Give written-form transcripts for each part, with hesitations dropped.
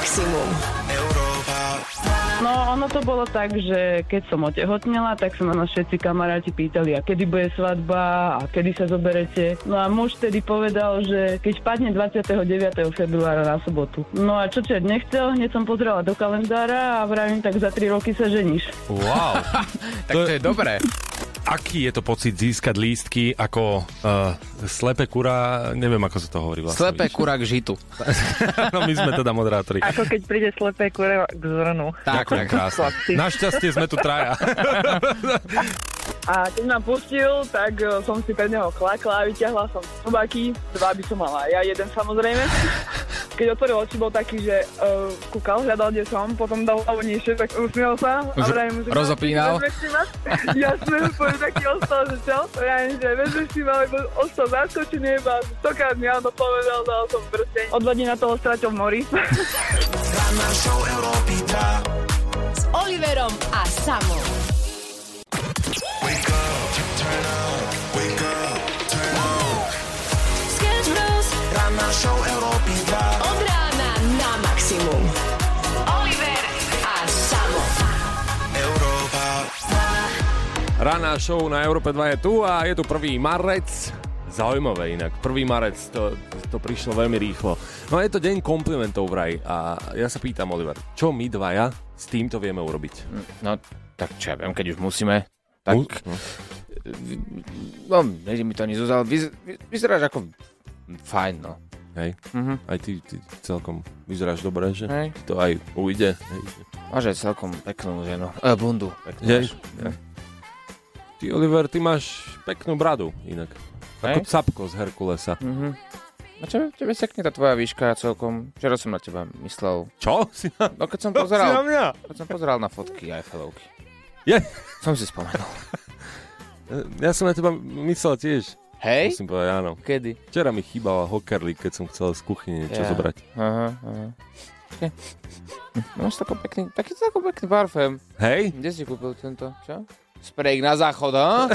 maximum. No, ono to bolo tak, že keď som otehotnela, tak sa ma nás všetci kamaráti pýtali, a kedy bude svadba a kedy sa zoberete. No a muž tedy povedal, že keď padne 29. februára na sobotu. No a čo nechcel, hneď som pozrela do kalendára a vravím, tak za 3 roky sa ženíš. Wow. Tak to je dobré. Aký je to pocit získať lístky ako slepé kura, neviem, ako sa to hovorí vlastne. Slepé kura k žitu. No my sme teda moderátori. Ako keď príde slepé kura k zrnu. Ďakujem krásne. Našťastie sme tu traja. A keď ma pustil, tak som si pred neho klakla a vyťahla som sobáky. 2 by som mala, ja jeden samozrejme. Keď otvoril oči, bol taký, že kúkal, hľadal, kde som, potom dal hlavu nižšie, tak usmiel sa. A vrajím mu, že rozopínal? Jasné, poviem taký ostal, že čo? Vrajím, že vezmeš si ma, lebo ostal zaskočený, iba 100-krát mi áno povedal, dal som prsteň. O 2 dní na toho stratil v mori. Ranná show Európy 2 S Oliverom a Samom. Wake up, turn on, wake up, turn on. Sketch Bros. Ranná show Európy 2 Od rána na maximum. Oliver a Samo. Európa. Ranná show na Európe 2 je tu a je tu 1. marec. Zaujímavé inak. 1. marec, to prišlo veľmi rýchlo. No je to deň komplimentov vraj a ja sa pýtam, Oliver, čo my dvaja s týmto vieme urobiť? No, tak čo ja viem, keď už musíme, tak... No, nejde mi to ani zúzal. Vyzeráš ako fajn, no. Hej? Aj ty celkom vyzeráš dobre, že? Hej. To aj ujde. Hej. Máš aj celkom peknú ženu. Bundu. Hej. Ty, Oliver, ty máš peknú bradu inak. Ako capko z Herkulesa. A čo, tebe sekne tá tvoja výška celkom. Včera som na teba myslel. Čo? No keď som pozeral na fotky Eiffelovky. Je? Som si spomenul. Ja som na teba myslel tiež. Hej? Musím povedať, áno. Kedy? Včera mi chýbala hokerlík, keď som chcel z kuchyne niečo zobrať. Aha. Okay. Máš taký pekný parfém. Hej? Kde si kúpil tento? Čo? Sprejk na záchod, ha?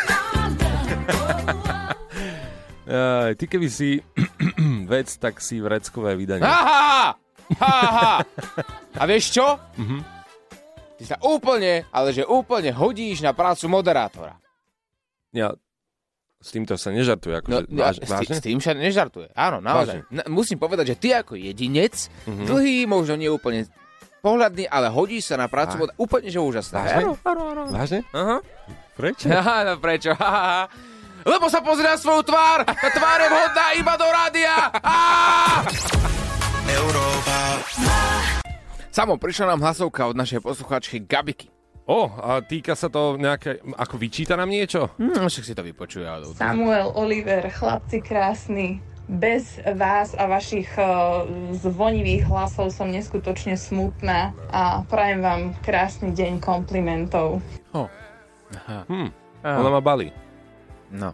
Ty keby si vec, tak si vreckové vydanie. Ha! A vieš čo? Ty sa úplne, ale že úplne hodíš na prácu moderátora. Ja s týmto sa nežartuje. Vážne? S tým sa nežartuje. Áno, naozaj. Musím povedať, že ty ako jedinec, dlhý, možno nie úplne pohľadný, ale hodíš sa na prácu úplne, že úžasná. Áno. Vážne? Aha. Prečo? No prečo? Lebo sa pozrie na svoju tvár! Tá tvár je vhodná iba do rádia! Európa. Samo, prišla nám hlasovka od našej poslucháčky Gabiky. A týka sa to nejaké, ako vyčíta nám niečo? Však si to vypočuje. Samuel, Oliver, chlapci krásni, bez vás a vašich zvonivých hlasov som neskutočne smutná a prajem vám krásny deň komplimentov. Ona ma balí. No,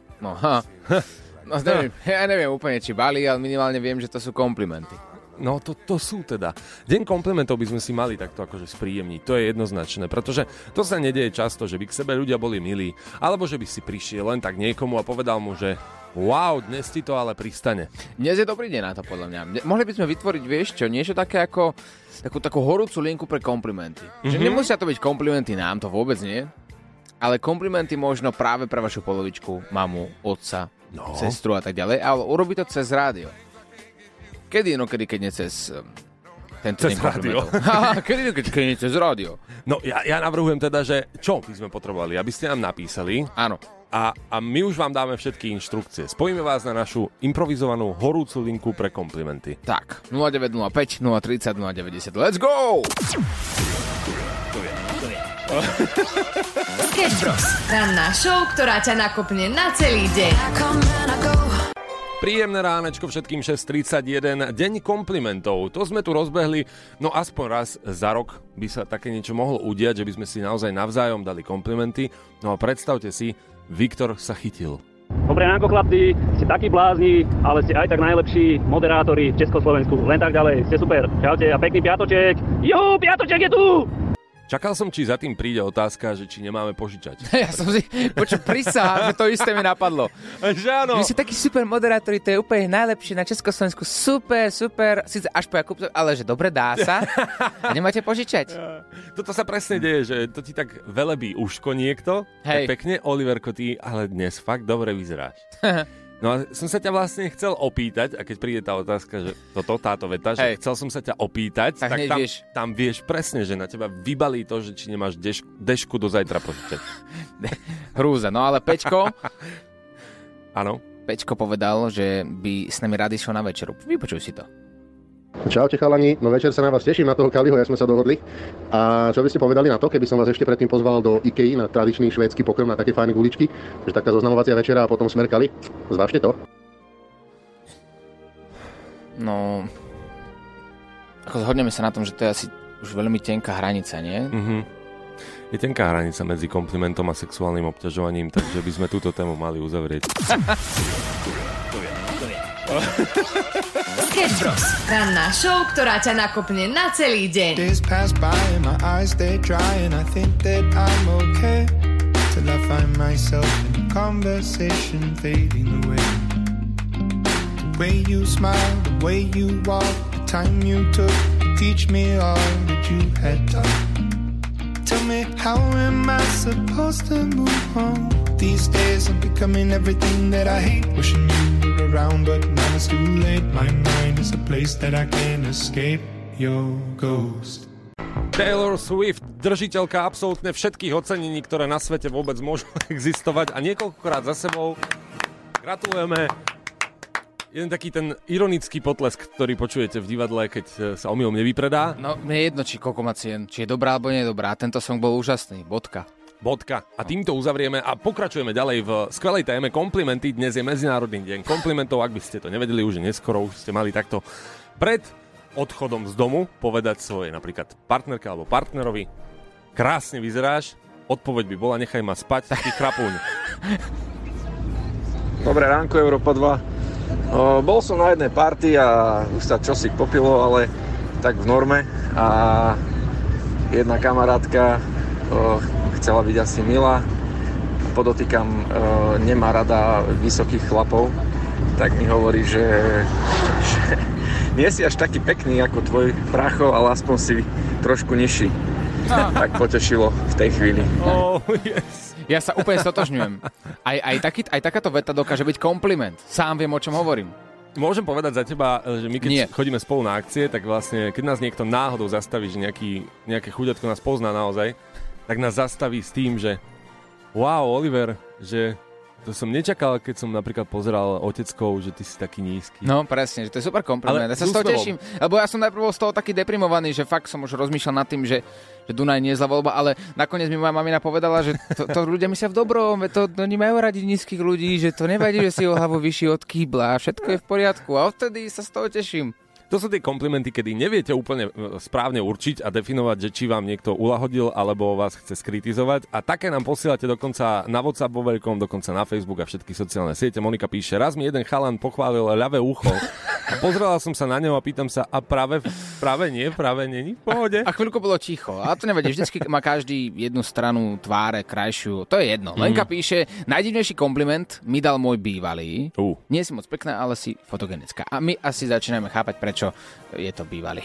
ja neviem úplne, či balí, ale minimálne viem, že to sú komplimenty. No to sú teda. Deň komplimentov by sme si mali takto akože spríjemniť. To je jednoznačné, pretože to sa nedieje často, že by k sebe ľudia boli milí, alebo že by si prišiel len tak niekomu a povedal mu, že wow, dnes ti to ale pristane. Dnes je dobrý deň na to, podľa mňa. Mohli by sme vytvoriť, vieš čo, niečo také ako takú horúcu linku pre komplimenty. Že nemusia to byť komplimenty nám, to vôbec nie, ale komplimenty možno práve pre vašu polovičku, mamu, otca, sestru a tak ďalej, ale urobiť to cez rádio. Kedy? No keď nie cez tento deň komplimentov. Keď nie cez rádio. No ja navrhujem teda, že čo by sme potrebovali, aby ste nám napísali. Áno. A my už vám dáme všetky inštrukcie. Spojíme vás na našu improvizovanú horúcu linku pre komplimenty. Tak, 0905 030 090. Let's go! Sketch Bros. Ranná show, ktorá ťa nakopne na celý deň. Príjemné ránečko všetkým 6:31. Deň komplimentov. To sme tu rozbehli, no aspoň raz za rok by sa také niečo mohlo udiať, že by sme si naozaj navzájom dali komplimenty. No a predstavte si, Viktor sa chytil. Dobré ránko, chlapci, ste takí blázni, ale ste aj tak najlepší moderátori v Československu. Len tak ďalej, ste super. Čaute a pekný piatoček. Juhu, piatoček je tu! Čakal som, či za tým príde otázka, že či nemáme požičať. Ja som si, prisahám, že to isté mi napadlo. Že áno. Vy ste takí super moderátori, to je úplne najlepšie na Československu. Super, síce až po Jakub, ale že dobre, dá sa. A nemáte požičať. Toto sa presne deje, že to ti tak velebí uško niekto. Hej. Tak pekne, Oliverko, ty, ale dnes fakt dobre vyzeráš. No a som sa ťa vlastne chcel opýtať, a keď príde tá otázka, že táto veta, že chcel som sa ťa opýtať, tak tam vieš presne, že na teba vybalí to, že či nemáš dešku do zajtra požičať. Hrúza, no ale Pečko... Áno. Pečko povedal, že by s nami rád išiel na večeru. Vypočuj si to. Čaute chalani, no večer sa na vás teším, na toho Kaliho, ja sme sa dohodli. A čo by ste povedali na to, keby som vás ešte predtým pozval do Ikei na tradičný švédsky pokrm na také fajné guličky, že taká zoznamovacia večera a potom smer Kali? Zvážte to. No, ako zhodneme sa na tom, že to je asi už veľmi tenká hranica, nie? Je tenká hranica medzi komplimentom a sexuálnym obťažovaním, takže by sme túto tému mali uzavrieť. Sketch Bros. Ranná show, ktorá ťa nakopne na celý deň. Days pass by and my eyes stay dry and I think that I'm okay till I find myself in a conversation fading away. The way you smile, the way you walk, the time you took to teach me all that you had done. Tell me, how am I supposed to move on? These days I'm becoming everything that I hate. Wishing you were around, but now it's too late. My mind is a place that I can't escape your ghost. Taylor Swift, držiteľka absolútne všetkých ocenení, ktoré na svete vôbec môžu existovať a niekoľkokrát za sebou. Gratulujeme. Jeden taký ten ironický potlesk, ktorý počujete v divadle, keď sa omylom nevypredá. No, mne je jedno, či koľko má cien, či je dobrá alebo nie je dobrá. Tento song bol úžasný. Bodka. A týmto uzavrieme a pokračujeme ďalej v skvelej téme komplimenty. Dnes je Medzinárodný deň komplimentov. Ak by ste to nevedeli, už neskoro, už ste mali takto pred odchodom z domu povedať svojej napríklad partnerke alebo partnerovi: krásne vyzeráš. Odpoveď by bola: nechaj ma spať, taký chrapúň. Dobré ránko, Európa 2. Bol som na jednej party a už sa čosi popilo, ale tak v norme. A jedna kamarátka chcela byť asi milá. Podotýkam, nemá rada vysokých chlapov. Tak mi hovorí, že nie si až taký pekný ako tvoj prácho, ale aspoň si trošku nižší. Tak potešilo v tej chvíli. Oh, yes. Ja sa úplne stotožňujem. Aj takáto veta dokáže byť kompliment. Sám viem, o čom hovorím. Môžem povedať za teba, že my keď chodíme spolu na akcie, tak vlastne, keď nás niekto náhodou zastaví, že nejaké chuďatko nás pozná naozaj, tak nás zastaví s tým, že wow, Oliver, že to som nečakal, keď som napríklad pozeral Oteckov, že ty si taký nízky. No presne, že to je super kompliment. Ja sa z toho teším, lebo ja som najprv bol z toho taký deprimovaný, že fakt som už rozmýšľal nad tým, že Dunaj nie je zlá voľba, ale nakoniec mi moja mamina povedala, že to ľudia myslia v dobrom, to oni majú radi nízkych ľudí, že to nevadí, že si o hlavu vyšší od kýbla, všetko je v poriadku a odtedy sa z toho teším. To sú tie komplimenty, kedy neviete úplne správne určiť a definovať, že či vám niekto ulahodil alebo vás chce skritizovať. A také nám posielate dokonca na WhatsApp vo veľkom, dokonca na Facebook a všetky sociálne siete. Monika píše: raz mi jeden chalan pochválil ľavé ucho. A pozrela som sa na neho a pýtam sa: a práve nie, v pohode. A chvíľku bolo ticho. A to nevadí, vždycky má každý jednu stranu tváre krajšiu. To je jedno. Lenka píše: najdivnejší kompliment mi dal môj bývalý. Nie si moc pekná, ale si fotogenická. A my asi začíname chápať, prečo je to bývalý.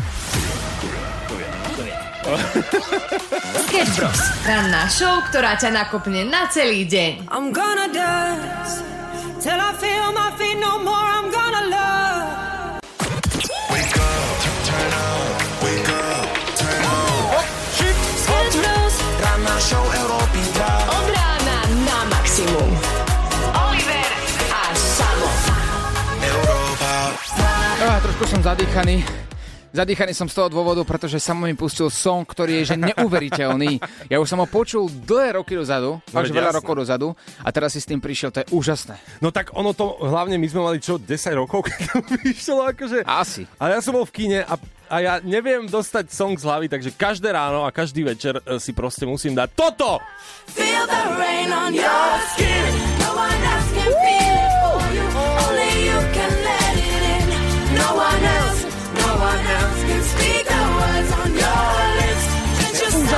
Sketch Bros. Ranná show, ktorá ťa nakopne na celý deň. I'm gonna dance till I feel my feet no more. I'm gonna love. Wake up, turn on. Wake up, turn on. Sketch Bros. Ranná show Európy 2. Od rána na maximum. Oliver a Samo. Európa. Trošku som zadýchaný. Zadýchaný som z toho dôvodu, pretože Samo mi pustil song, ktorý je že neuveriteľný. Ja už som ho počul dlhé roky dozadu, fakt veľa rokov dozadu, a teraz si s tým prišiel, to je úžasné. No tak ono to, hlavne my sme mali 10 rokov, keď to vyšlo, akože. Asi. Ale ja som bol v kine a ja neviem dostať song z hlavy, takže každé ráno a každý večer si proste musím dať toto! Feel the rain on your skin. No one else can feel it for you. Only you can let it in. No one else can speak the words on your lips. Just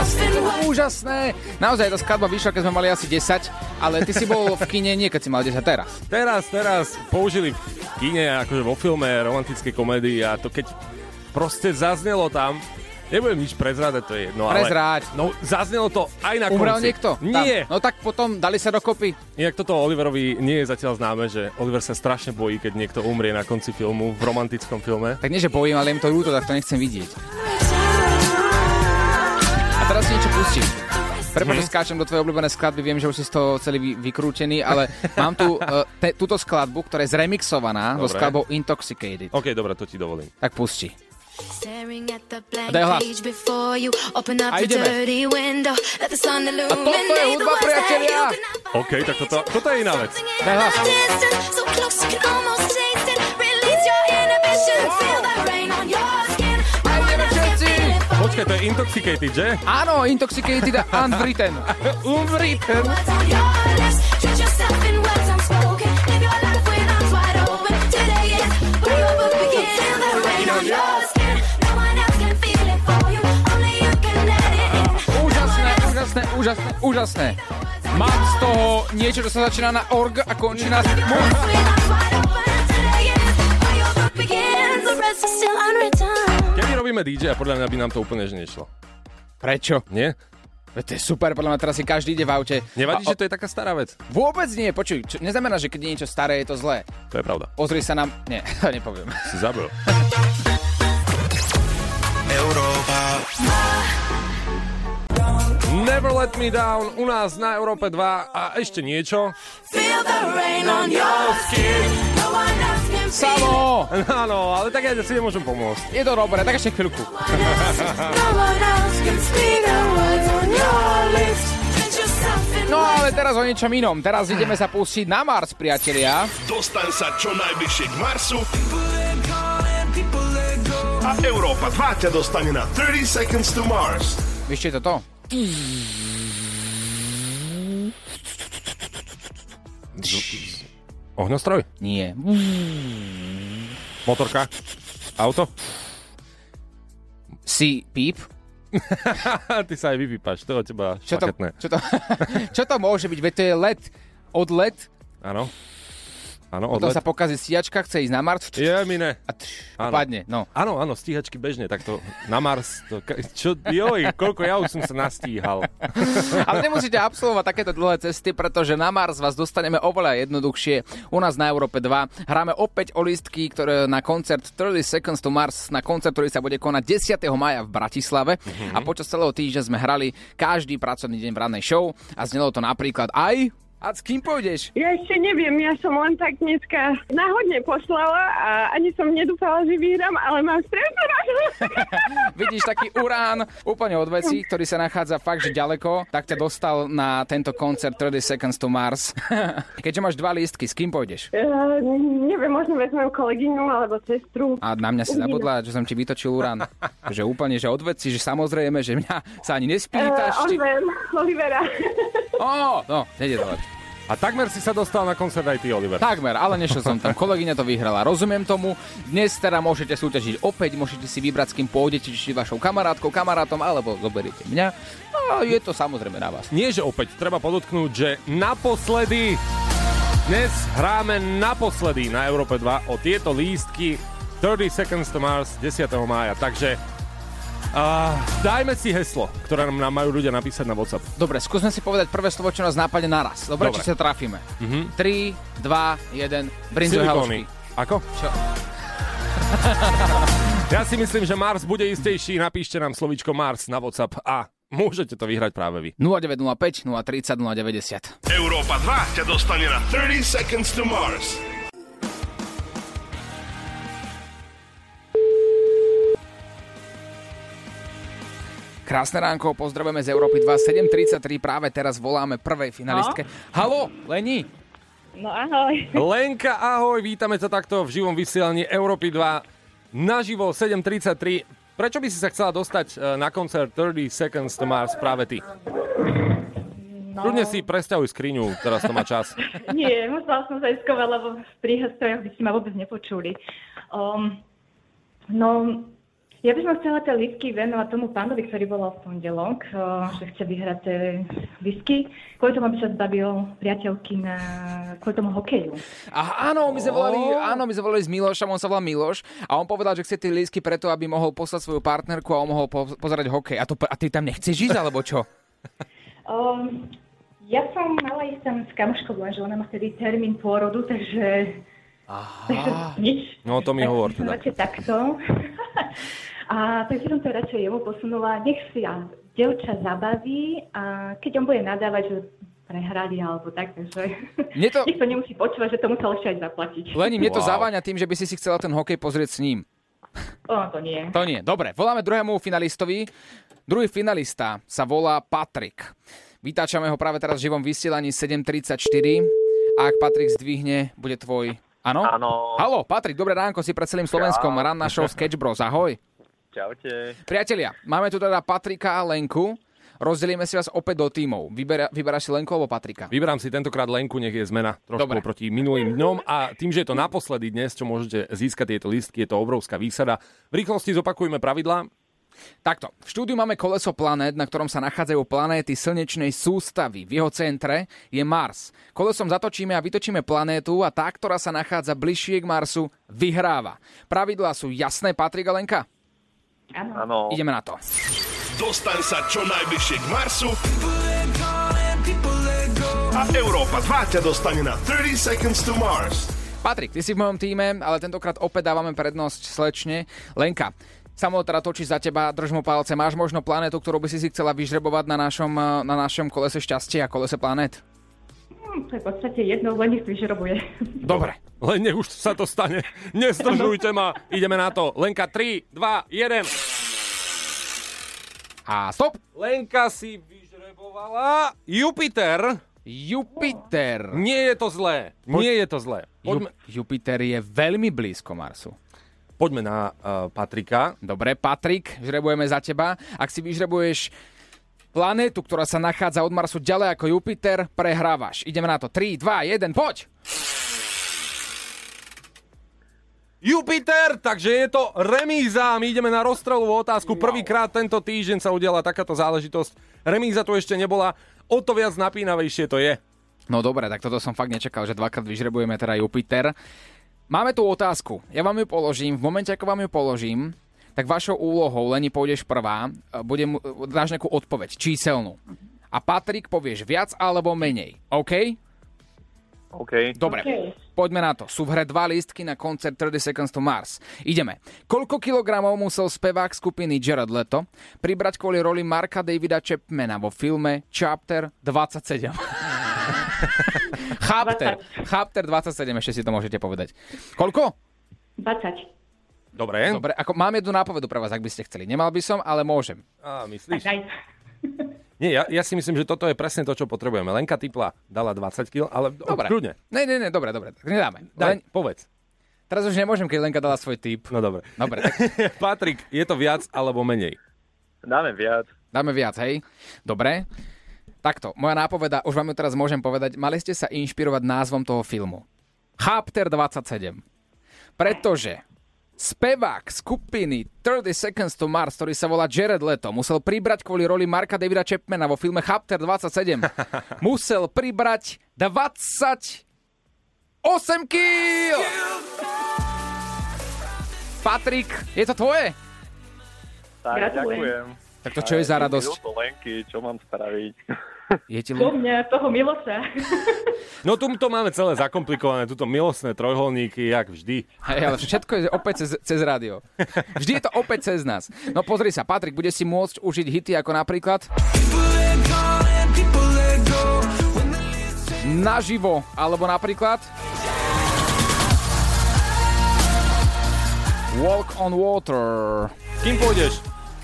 úžasné. Naozaj tá skladba vyšla, keď sme mali asi 10, ale ty si bol v kine nie keď si mal 10, teraz. Teraz použili v kine, akože vo filme romantickej komédii a to keď proste zaznelo tam, nebudem nič prezrádať, to je jedno, Prezráď. ale... No, zaznelo to aj na konci. Umrel niekto? Nie. Tam. No tak potom dali sa dokopy. Inak toto Oliverovi nie je zatiaľ známe, že Oliver sa strašne bojí, keď niekto umrie na konci filmu, v romantickom filme. Tak nie, že bojím, ale im to ľúto, tak to nechcem vidieť. A teraz si niečo pustím. Prepáč, že skáčem do tvojej obľúbené skladby, viem, že už si z toho celý vykrútený, ale mám tu túto skladbu, ktorá je zremixovaná so skladbou Intoxicated. OK, dobre, to ti dovolím. Tak pusti. A daj hlas. A ideme. A toto je hudba, priatelia. OK, tak toto je iná vec. Daj hlas. A ideme všetci. Počkaj, to je Intoxicated, že? Áno, Intoxicated a Unwritten. Unwritten. Úžasné. Mám z toho niečo, čo sa začína na org a končí na mur. Kedy robíme DJ a podľa mňa by nám to úplne že nešlo. Prečo? Nie? To je super, podľa mňa teraz si každý ide v aute. Nevadí, že to je taká stará vec? Vôbec nie, počuj, neznamená, že keď je niečo staré, je to zlé. To je pravda. Pozri sa nám... Nie, to nepoviem. Si zabil. Never Let Me Down u nás na Európe 2 a ešte niečo. Samo! Áno, ale tak ja si nemôžem pomôcť. Je to dobré, tak ešte chvíľku. No ale teraz o niečom inom. Teraz ideme sa pustiť na Mars, priatelia. Dostaň sa čo najbližšie k Marsu a Európa 2 ťa dostane na 30 Seconds to Mars. Vieš, čo je toto? Ohňostroj? Nie. Motorka? Auto? Si píp? Ty sa aj vypípaš, to je od teba šlachetné. Čo to môže byť? Veď to je let. Od let. Áno. Áno, potom sa pokazí stíhačka, chce ísť na Mars. Je mi ne. A padne, no. Áno, stíhačky bežne, tak to na Mars. Koľko ja už som sa nastíhal. Ale nemusíte absolvovať takéto dlhé cesty, pretože na Mars vás dostaneme oveľa jednoduchšie. U nás na Európe 2 hráme opäť o lístky, ktoré na koncert 30 Seconds to Mars, na koncert, ktorý sa bude konať 10. maja v Bratislave. A počas celého týždňa sme hrali každý pracovný deň v rannej show a znelo to napríklad aj... A s kým pôjdeš? Ja ešte neviem, ja som len tak dneska náhodne poslala a ani som nedúfala, že vyhrám, ale mám strašne rád. Vidíš, taký urán úplne od vecí, ktorý sa nachádza fakt, že ďaleko, tak ťa dostal na tento koncert 30 Seconds to Mars. Keďže máš 2 lístky, s kým pôjdeš? Neviem, možno vezmem kolegyňu alebo sestru. A na mňa si zabudla, že som ti vytočil urán. Že úplne, že od veci, že samozrejme, že mňa sa ani nespýtaš. Olivera. No, nejde to lepšie. A takmer si sa dostal na koncert aj ty, Oliver. Takmer, ale nešiel som tam. Kolegyňa to vyhrala. Rozumiem tomu. Dnes teda môžete súťažiť opäť, môžete si vybrať, s kým pôjdete, či vašou kamarátkou, kamarátom, alebo zoberiete mňa. A je to samozrejme na vás. Nie, že opäť, treba podotknúť, že naposledy, dnes hráme naposledy na Európe 2 o tieto lístky 30 Seconds to Mars 10. mája. Takže dajme si heslo, ktoré nám majú ľudia napísať na WhatsApp. Dobre, skúsme si povedať prvé slovo, čo nás nápadne naraz. Dobre, či sa trafíme. 3, 2, 1, brinzové halušky. Ako? Čo? Ja si myslím, že Mars bude istejší. Napíšte nám slovíčko Mars na WhatsApp a môžete to vyhrať práve vy. 0905 030 090. Európa 2 ťa dostane na 30 Seconds to Mars. Krásne ránko, pozdravujeme z Európy 2, 7:33, práve teraz voláme prvej finalistke. Haló, Leni. No ahoj. Lenka, ahoj, vítame ťa takto v živom vysielaní Európy 2 naživo 7:33. Prečo by si sa chcela dostať na koncert 30 Seconds to Mars práve ty? No. Ľudne si presťahuj skriňu, teraz to má čas. Nie, musela som sa iskovať, lebo v príhostrojoch by si ma vôbec nepočuli. No, Ja by som chcela tie lístky venovať tomu pánovi, ktorý volal v pondelok, že chce vyhrať tie lístky. Kvôli tomu, aby sa zbavil priateľky kvôli tomu hokeju. Áno, my sme volali s Milošom, on sa volá Miloš a on povedal, že chce tie lístky preto, aby mohol poslať svoju partnerku a on mohol pozerať hokej. A ty tam nechceš ísť, alebo čo? Ja som mala ísť tam s kamoškou, že ona má vtedy termín pôrodu, takže nič. No to mi hovor teda. Takto. A takže som to radšej jemu posunula. Nech si dievča zabaví a keď on bude nadávať, že prehrali alebo tak, takže nikto nemusí počúvať, že to musel ešte aj zaplatiť. Leni, mne to zaváňa tým, že by si chcela ten hokej pozrieť s ním. To nie. To nie. Dobre, voláme druhému finalistovi. Druhý finalista sa volá Patrik. Vytáčame ho práve teraz v živom vysielaní 7:34. Ak Patrik zdvihne, bude tvoj... Áno? Áno. Haló, Patrik, dobré ránko, si pred celým Slovenskom. Ranná show Sketch Bros. Ahoj. Čaute. Priatelia, máme tu teda Patrika a Lenku. Rozdelíme si vás opäť do tímov. Vyberáš si Lenku alebo Patrika? Vyberám si tentokrát Lenku, nech je zmena trošku proti minulým dňom. A tým, že je to naposledy dnes, čo môžete získať tieto lístky, je to obrovská výsada. V rýchlosti zopakujme pravidlá. Takto, v štúdiu máme koleso planét, na ktorom sa nachádzajú planéty slnečnej sústavy. V jeho centre je Mars. Kolesom zatočíme a vytočíme planétu a tá, ktorá sa nachádza bližšie k Marsu, vyhráva. Pravidlá sú jasné, Patrik a Lenka? Áno. Ideme na to. Dostaň sa čo najbližšie k Marsu a Európa 2 ťa dostane na 30 Seconds to Mars. Patrik, ty si v mojom týme, ale tentokrát opäť dávame prednosť slečne. Lenka, Samo teda točí za teba, drž mu palce. Máš možno planétu, ktorú by si chcela vyžrebovať na našom kolese šťastia a kolese planét? To je v podstate jedno, len nech vyžrebuje. Dobre, len nech už sa to stane. Nezdržujte ma, ideme na to. Lenka, 3, 2, 1. A stop! Lenka si vyžrebovala Jupiter. Nie je to zlé. Jupiter je veľmi blízko Marsu. Poďme na Patrika. Dobre, Patrik, žrebujeme za teba. Ak si vyžrebuješ planétu, ktorá sa nachádza od Marsu ďalej ako Jupiter, prehrávaš. Ideme na to. 3, 2, 1, poď! Jupiter, takže je to remíza. My ideme na rozstreľovú otázku. Prvýkrát tento týždeň sa udiala takáto záležitosť. Remíza tu ešte nebola. O to viac napínavejšie to je. No dobre, tak toto som fakt nečakal, že dvakrát vyžrebujeme teda Jupiter. Máme tu otázku. Ja vám ju položím. V momente, ako vám ju položím, tak vašou úlohou, Leni, pôjdeš prvá, dáš nejakú odpoveď, číselnú. A Patrik, povieš viac alebo menej. OK? OK. Dobre, poďme na to. Sú v hre 2 lístky na koncert 30 Seconds to Mars. Ideme. Koľko kilogramov musel spevák skupiny Jared Leto pribrať kvôli roli Marka Davida Chapmana vo filme Chapter 27? Chapter 27, ešte si to môžete povedať. Koľko? 20. Dobre, ako mám jednu nápovedu pre vás, ak by ste chceli. Nemal by som, ale môžem. Myslíš? Nie, ja si myslím, že toto je presne to, čo potrebujeme. Lenka tipla dala 20 kg, ale kľudne. Ne, dobre, tak nedáme. Povedz. Teraz už nemôžem, keď Lenka dala svoj tip. No dobre. Tak. Patrik, je to viac alebo menej? Dáme viac, hej? Dobre. Takto, moja nápoveda, už vám ju teraz môžem povedať, mali ste sa inšpirovať názvom toho filmu. Chapter 27. Pretože spevák skupiny 30 Seconds to Mars, ktorý sa volá Jared Leto, musel pribrať kvôli roli Marka Davida Chapmana vo filme Chapter 27. Musel pribrať 28 kg! Patrik, je to tvoje? Tak, ďakujem. Tak to čo je za radosť? Lenky, čo mám spraviť? Je ti Po mňa, toho Miloša. No tu to máme celé zakomplikované, tuto milostné trojholníky, jak vždy. Hej, ale všetko je opäť cez rádio. Vždy je to opäť cez nás. No pozri sa, Patrik, bude si môcť užiť hity ako napríklad Naživo, alebo napríklad Walk on Water. Kým pôjdeš?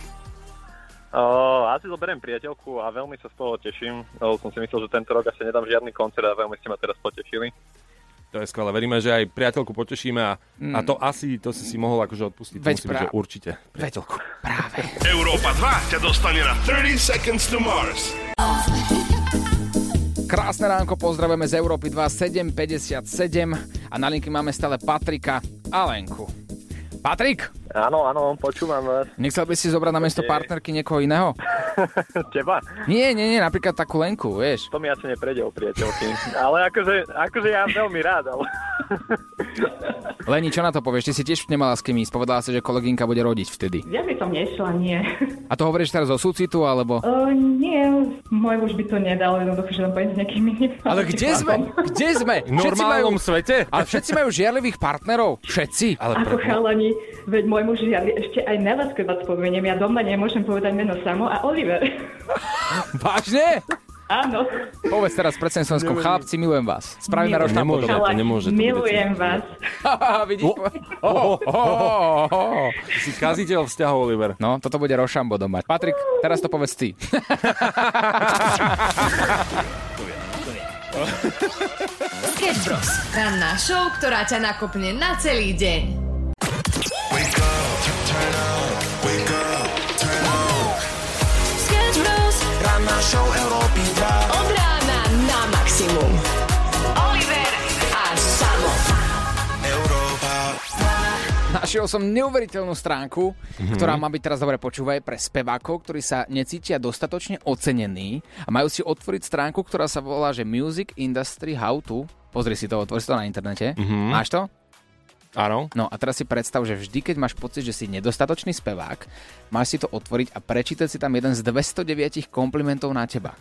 Asi zoberiem priateľku a veľmi sa z toho teším. Som si myslel, že tento rok asi nedám žiadny koncert a veľmi ste ma teraz potešili. To je skvelé. Veríme, že aj priateľku potešíme a to si mohol akože odpustiť. Musím, že určite. Priateľku. Práve. Európa 2 ťa dostane na 30 Seconds to Mars. Krásne ránko, pozdravujeme z Európy 2, 7:57 a na linky máme stále Patrika a Lenku. Patrik! Áno, počúvam vás. Nechcel by si zobrať na miesto partnerky niekoho iného? Teba? Nie, napríklad takú Lenku, vieš. To mi asi neprejde o priateľky. Ale akože ja veľmi rád, ale... Leni, čo na to povieš? Ty si tiež nemala s kým ísť. Povedala si, že kolegynka bude rodiť vtedy. Ja by som nešla, nie. A to hovoríš teraz o súcitu, alebo? Nie, môj muž by to nedal, jednoducho, že tam pôjde s niekým iným. Ale kde sme? V normálnom svete? Ale všetci majú žiarlivých partnerov. Všetci. Ale ako chalani, veď môj muž žiarli, ešte aj na vás, keď vás spomeniem. Ja doma nemôžem povedať meno Samo a Oliver. Vážne? Áno. Povedz teraz pred Slovenskom, chlapci, milujem vás. Spravíme rožná podoba. Nemôže. Milujem vás. Vidíš? Si kaziteľ vzťahov, Oliver. No, toto bude Rošambo doma. Patrik, teraz to povedz ty. Sketch Bros. Ranná show, ktorá ťa nakopne na celý deň. Wake up, turn up, wake up, turn up. Sketch Bros. Ranná show Európy 2. Od rána na maximum. Oliver a Samo. Európa. Našiel som neuveriteľnú stránku, ktorá má byť teraz dobre počúvaj pre spevákov, ktorí sa necítia dostatočne ocenení a majú si otvoriť stránku, ktorá sa volá, že Music Industry How to. Pozri si to, otvori si to na internete. Máš to? Áno. No a teraz si predstav, že vždy, keď máš pocit, že si nedostatočný spevák, máš si to otvoriť a prečítať si tam jeden z 209 komplimentov na teba.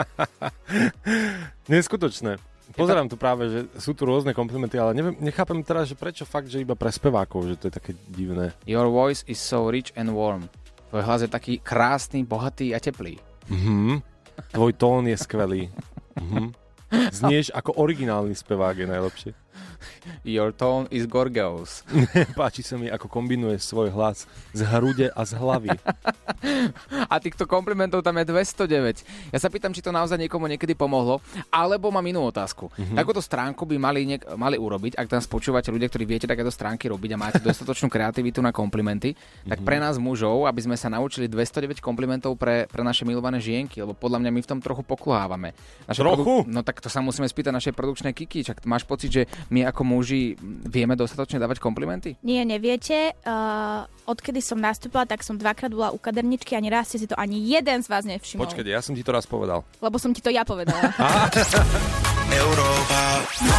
Neskutočné. Pozerám tu práve, že sú tu rôzne komplimenty, ale nechápem teraz, že prečo fakt, že iba pre spevákov, že to je také divné. Your voice is so rich and warm. Tvoj hlas je taký krásny, bohatý a teplý. Tvoj tón je skvelý. Znieš ako originálny spevák, je najlepšie. Your tone is gorgeous. Páči sa mi, ako kombinuješ svoj hlas z hrude a z hlavy. A týchto komplimentov tam je 209. Ja sa pýtam, či to naozaj niekomu niekedy pomohlo, alebo mám inú otázku. Takúto stránku by mali urobiť, ak tam spočúvate ľudia, ktorí viete takéto stránky robiť a máte dostatočnú kreativitu na komplimenty, tak pre nás mužov, aby sme sa naučili 209 komplimentov pre naše milované žienky, lebo podľa mňa my v tom trochu pokulhávame. Trochu? No tak to sa musíme spýtať našej produkčnej Kiki. Čak máš pocit, že my ako muži vieme dostatočne dávať komplimenty? Nie, neviete. Odkedy som nastúpila, tak som dvakrát bola u kaderničky, ani raz ste si to ani jeden z vás nevšimol. Počkajte, ja som ti to raz povedal. Lebo som ti to ja povedala. Európa.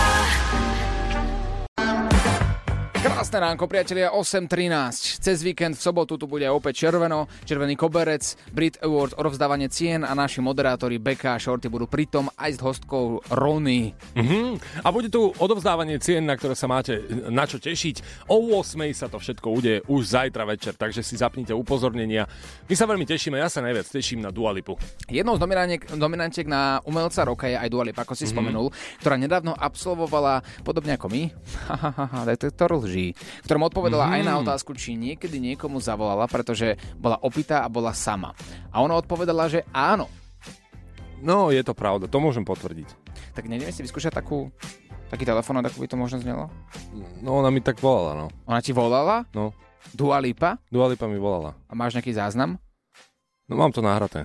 Krásne ránko, priatelia, 8.13. Cez víkend v sobotu tu bude opäť červený koberec, Brit Award, odovzdávanie cien a naši moderátori Beka a Shorty budú pritom aj s hostkou Rony. A bude tu odovzdávanie cien, na ktoré sa máte na čo tešiť. O 8.00 sa to všetko udeje už zajtra večer, takže si zapnite upozornenia. My sa veľmi tešíme, ja sa najviac teším na Dua Lipu. Jednou z nominantiek na umelca roka je aj Dua Lipa, ako si spomenul, ktorá nedávno absolvovala, podobne ako my, detektor lží, ktorom odpovedala aj na otázku, či niekedy niekomu zavolala, pretože bola opitá a bola sama. A ona odpovedala, že áno. No, je to pravda, to môžem potvrdiť. Tak neviem si vyskúšať taký telefón, ako by to možno znelo? No, ona mi tak volala, no. Ona ti volala? No. Dua Lipa? Dua Lipa mi volala. A máš nejaký záznam? No, mám to nahraté.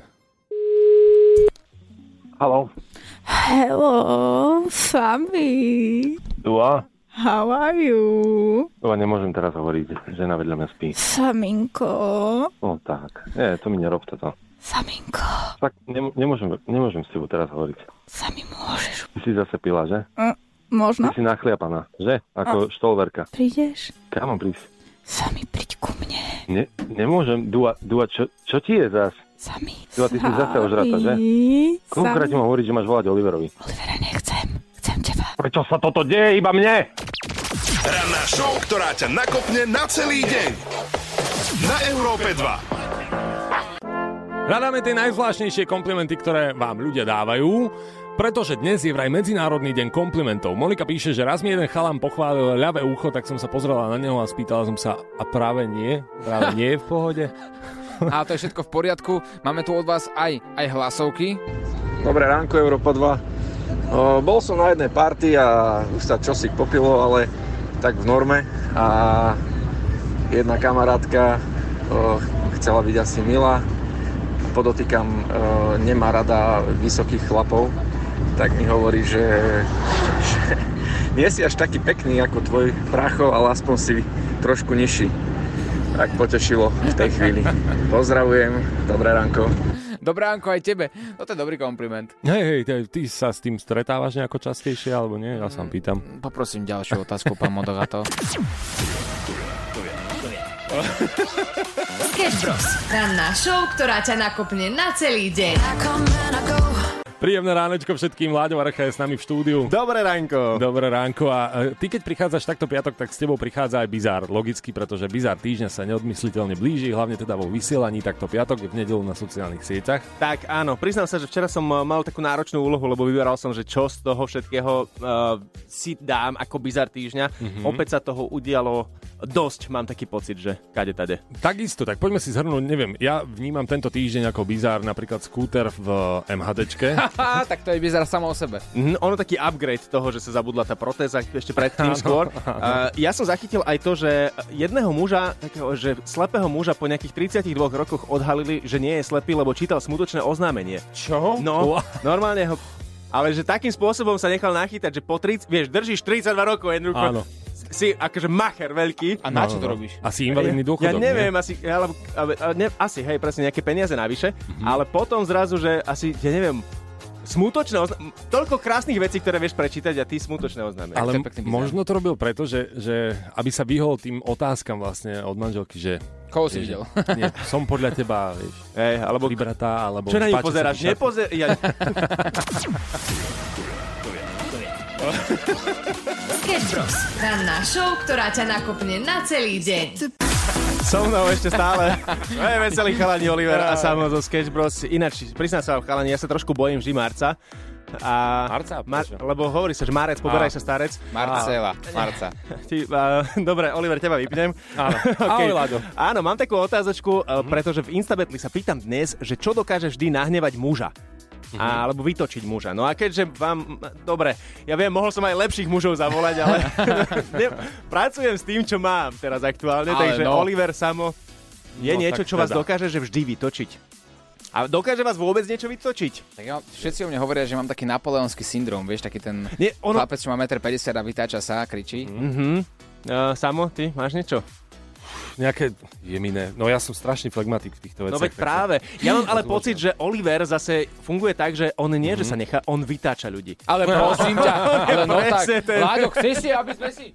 Haló. Hello, Sami. Dua? How are you? Nemôžem teraz hovoriť, žena vedľa mňa spí. Saminko. No tak, to mi nerob toto. Saminko. Tak nemôžem s tebou teraz hovoriť. Sami môžeš. Ty si zase pila, že? Možno. Ty si nachliapaná, že? Ako štolverka. Prídeš? Kam mám prísť? Sami, príď ku mne. Nemôžem, Dua, čo ti je zas? Sami. Dua, ty si zase ožrata, že? Koľkokrát ti mám hovoriť, že máš volať Oliverovi? Olivera, nechcem teba. Prečo sa toto deje iba mne? Ranná show, ktorá ťa nakopne na celý deň. Na Európe 2. Hľadáme tie najzvláštnejšie komplimenty, ktoré vám ľudia dávajú, pretože dnes je vraj Medzinárodný deň komplimentov. Monika píše, že raz mi jeden chalan pochválil ľavé ucho, tak som sa pozrela na neho a spýtala som sa, a práve nie je v pohode? A to je všetko v poriadku. Máme tu od vás aj hlasovky. Dobré ránko, Európa 2. Bol som na jednej party a už sa čosi popilo, ale tak v norme. A jedna kamarátka chcela byť asi milá. Podotýkam, nemá rada vysokých chlapov. Tak mi hovorí, že nie si až taký pekný ako tvoj prácho, ale aspoň si trošku nižší. tak potešilo v tej chvíli. Pozdravujem, dobré ránko. Dobré ránko aj tebe. To je dobrý kompliment. Hej, ty sa s tým stretávaš nejako častejšie, alebo nie? Ja sa pýtam. Poprosím ďalšiu otázku, pán moderator. Sketch Bros. Ranná show, ktorá ťa nakopne na celý deň. Príjemné ránečko všetkým, Láďo Varecha je s nami v štúdiu. Dobré ránko. Dobré ránko a ty keď prichádzaš takto piatok, tak s tebou prichádza aj bizár. Logicky, pretože bizár týždňa sa neodmysliteľne blíži, hlavne teda vo vysielaní, takto piatok v nedeľu na sociálnych sieťach. Tak áno, priznám sa, že včera som mal takú náročnú úlohu, lebo vyberal som, že čo z toho všetkého si dám ako bizár týždňa. Opäť sa toho udialo dosť, mám taký pocit, že kade tade. Takisto, tak poďme si zhrnúť, neviem, ja vnímam tento týždeň ako bizár napríklad skúter v MHDčke. Tak to je bizár samo o sebe. Ono taký upgrade toho, že sa zabudla tá protéza ešte predtým skôr. Ja som zachytil aj to, že jedného muža, takého, že slepého muža po nejakých 32 rokoch odhalili, že nie je slepý, lebo čítal smutočné oznámenie. Čo? No, normálne ho... Ale že takým spôsobom sa nechal nachytať, že po 30... Vieš, držíš 32 rokov jednoducho. Áno. Si akože macher veľký. A na čo to robíš? Asi invalidný dôchodok, Ja neviem, asi, hej, presne nejaké peniaze navyše, ale potom zrazu, že asi, ja neviem, smutočné toľko krásnych vecí, ktoré vieš prečítať a ty smutočné oznámenie. Ale možno to robil preto, že aby sa vyhol tým otázkam vlastne od manželky, že... Koho si videl? Nie, som podľa teba, vieš, alebo pribratá, alebo... Čo na ňu pozeráš? Sketch Bros. Ranná show, ktorá ťa nakopne na celý deň. So mnou ešte stále veselý chalani Oliver a Samo zo Sketch Bros. Ináč, priznám sa vám chalani, ja sa trošku bojím vždy marca. Lebo hovorí sa, že marec, poberaj sa starec. Marca. Dobre, Oliver, teba vypnem. Áno. Okay. Áno, mám takú otázočku, pretože v Instabetli sa pýtam dnes, že čo dokáže vždy nahnevať muža. Alebo vytočiť muža. No a keďže vám... Dobre, ja viem, mohol som aj lepších mužov zavolať, ale pracujem s tým, čo mám teraz aktuálne, takže Oliver, Samo, je niečo, čo vás dokáže že vždy vytočiť. A dokáže vás vôbec niečo vytočiť? Tak všetci o mne hovoria, že mám taký napoleonský syndrom, vieš, taký ten chlapec, čo má 1,50 m a vytáča sa a kričí. Samo, ty máš niečo? Nejaké jeminé. No ja som strašný flegmatik v týchto veciach. No veď práve. Ja mám ale pocit, že Oliver zase funguje tak, že on nie, že sa nechá, on vytáča ľudí. Ale prosím ťa, ale no tak, Láďo, chceš si, aby sme si...